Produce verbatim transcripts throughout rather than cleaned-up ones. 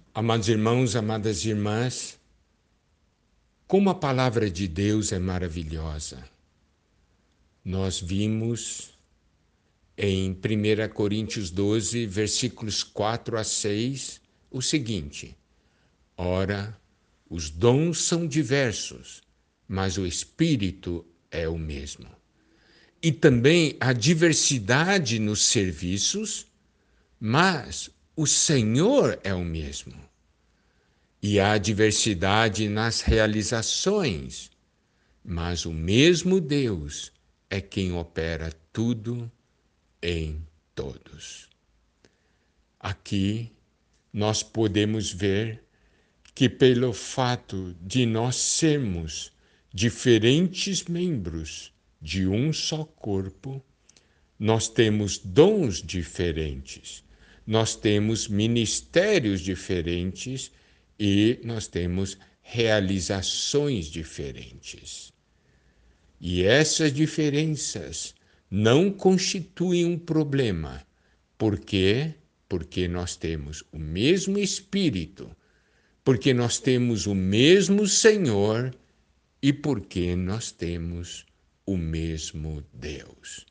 Amados irmãos, amadas irmãs, como a palavra de Deus é maravilhosa. Nós vimos em primeira Coríntios doze, versículos quatro a seis, o seguinte: ora, os dons são diversos, mas o Espírito é o mesmo. E também há diversidade nos serviços, mas o Senhor é o mesmo. E há diversidade nas realizações, mas o mesmo Deus é quem opera tudo em todos. Aqui nós podemos ver que, pelo fato de nós sermos diferentes membros de um só corpo, nós temos dons diferentes, nós temos ministérios diferentes e nós temos realizações diferentes. E essas diferenças não constituem um problema. Por quê? Porque nós temos o mesmo Espírito, porque nós temos o mesmo Senhor e porque nós temos o mesmo Deus.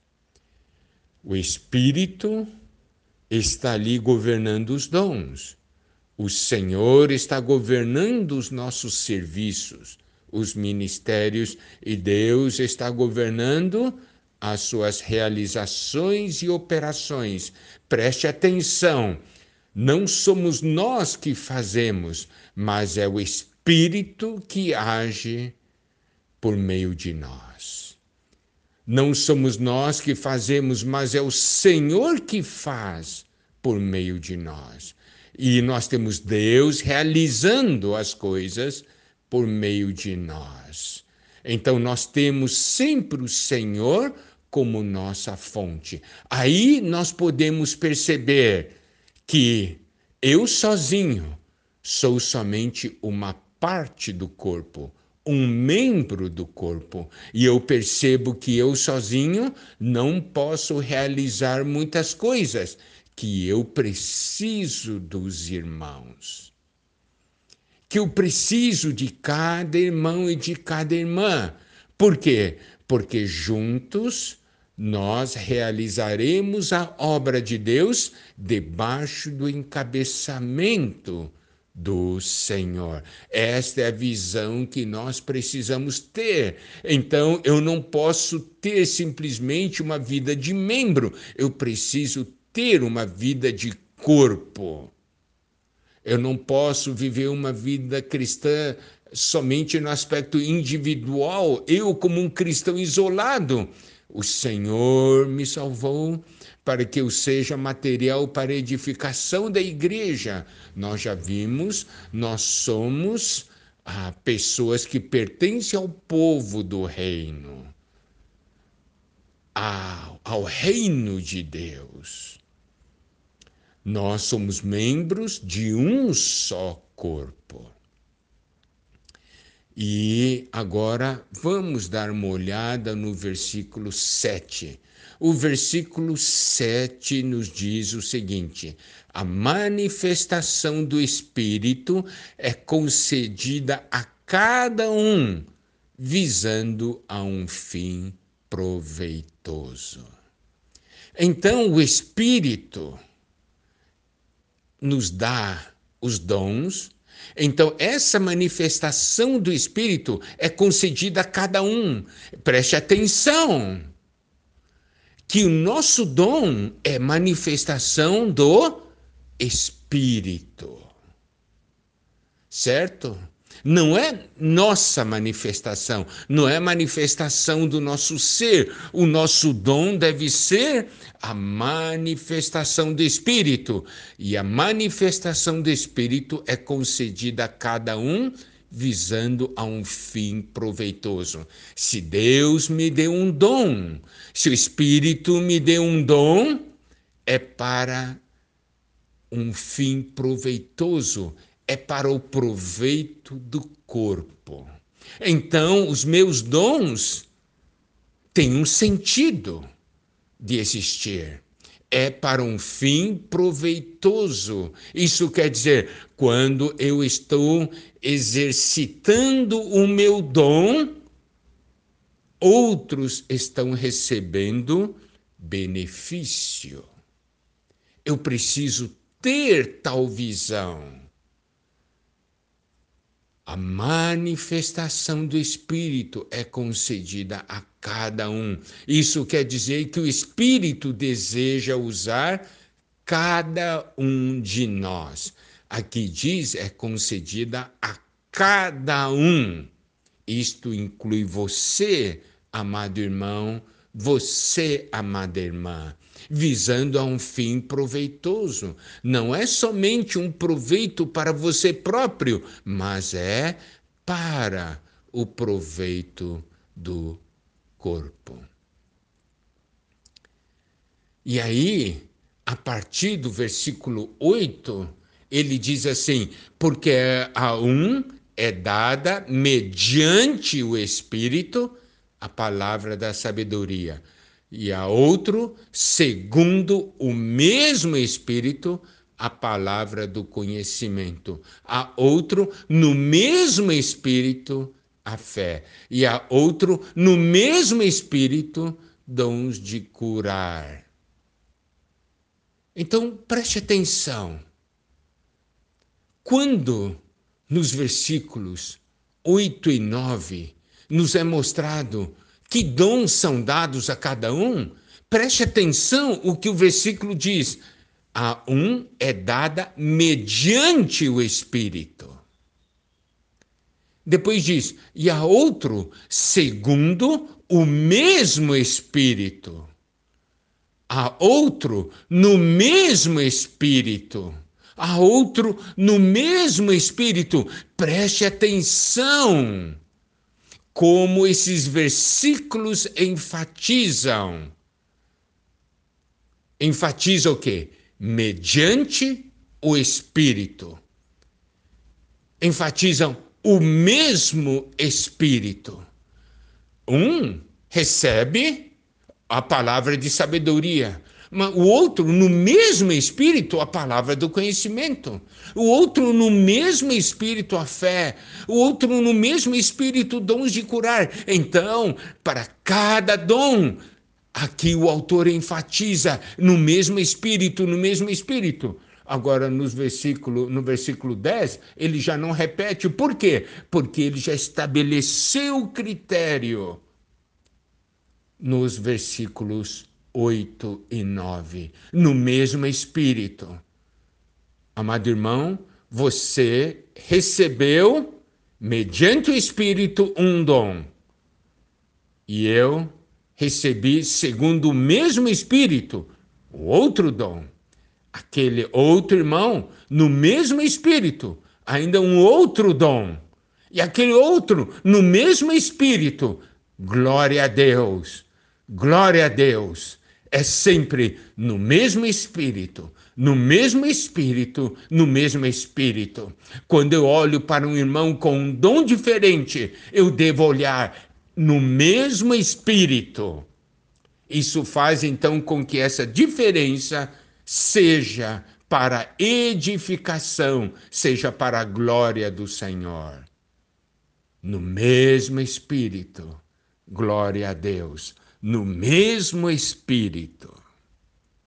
O Espírito está ali governando os dons. O Senhor está governando os nossos serviços, os ministérios, e Deus está governando as suas realizações e operações. Preste atenção, não somos nós que fazemos, mas é o Espírito que age por meio de nós. Não somos nós que fazemos, mas é o Senhor que faz por meio de nós. E nós temos Deus realizando as coisas por meio de nós. Então nós temos sempre o Senhor como nossa fonte. Aí nós podemos perceber que eu sozinho sou somente uma parte do corpo, um membro do corpo, e eu percebo que eu sozinho não posso realizar muitas coisas, que eu preciso dos irmãos, que eu preciso de cada irmão e de cada irmã. Por quê? Porque juntos nós realizaremos a obra de Deus debaixo do encabeçamento do Senhor. Esta é a visão que nós precisamos ter. Então, eu não posso ter simplesmente uma vida de membro, eu preciso ter uma vida de corpo. Eu não posso viver uma vida cristã somente no aspecto individual, eu como um cristão isolado. O Senhor me salvou para que eu seja material para a edificação da igreja. Nós já vimos, nós somos ah, pessoas que pertencem ao povo do reino, ao, ao reino de Deus. Nós somos membros de um só corpo. E agora vamos dar uma olhada no versículo sete. O versículo sete nos diz o seguinte: a manifestação do Espírito é concedida a cada um, visando a um fim proveitoso. Então, o Espírito nos dá os dons. Então, essa manifestação do Espírito é concedida a cada um. Preste atenção, que o nosso dom é manifestação do Espírito. Certo? Não é nossa manifestação, não é manifestação do nosso ser. O nosso dom deve ser a manifestação do Espírito. E a manifestação do Espírito é concedida a cada um visando a um fim proveitoso. Se Deus me deu um dom, se o Espírito me deu um dom, é para um fim proveitoso, é para o proveito do corpo. Então, os meus dons têm um sentido de existir. é para um fim proveitoso. Isso quer dizer, quando eu estou exercitando o meu dom, outros estão recebendo benefício. Eu preciso ter tal visão. A manifestação do Espírito é concedida a cada um. Isso quer dizer que o Espírito deseja usar cada um de nós. Aqui diz, é concedida a cada um. Isto inclui você, amado irmão, você, amada irmã, visando a um fim proveitoso. Não é somente um proveito para você próprio, mas é para o proveito do corpo. E aí, a partir do versículo oito, ele diz assim: porque a um é dada mediante o Espírito a palavra da sabedoria, e a outro, segundo o mesmo Espírito, a palavra do conhecimento. A outro, no mesmo Espírito, a fé. E a outro, no mesmo Espírito, dons de curar. Então, preste atenção. Quando nos versículos oito e nove nos é mostrado que dons são dados a cada um, preste atenção o que o versículo diz. A um é dada mediante o Espírito. Depois diz, e a outro segundo o mesmo Espírito. A outro no mesmo Espírito. A outro no mesmo Espírito. Preste atenção como esses versículos enfatizam. Enfatiza o quê? Mediante o Espírito. Enfatizam o mesmo Espírito. Um recebe a palavra de sabedoria, mas o outro, no mesmo Espírito, a palavra do conhecimento. O outro, no mesmo Espírito, a fé. O outro, no mesmo Espírito, dons de curar. Então, para cada dom, aqui o autor enfatiza no mesmo Espírito, no mesmo Espírito. Agora, nos versículo, no versículo dez, ele já não repete. Por quê? Porque ele já estabeleceu o critério nos versículos oito e nove, no mesmo Espírito. Amado irmão, você recebeu, mediante o Espírito, um dom. E eu recebi, segundo o mesmo Espírito, o outro dom. Aquele outro irmão, no mesmo Espírito, ainda um outro dom. E aquele outro, no mesmo Espírito, glória a Deus, glória a Deus. É sempre no mesmo Espírito, no mesmo Espírito, no mesmo Espírito. Quando eu olho para um irmão com um dom diferente, eu devo olhar no mesmo Espírito. Isso faz então com que essa diferença seja para edificação, seja para a glória do Senhor. No mesmo Espírito, glória a Deus, no mesmo Espírito.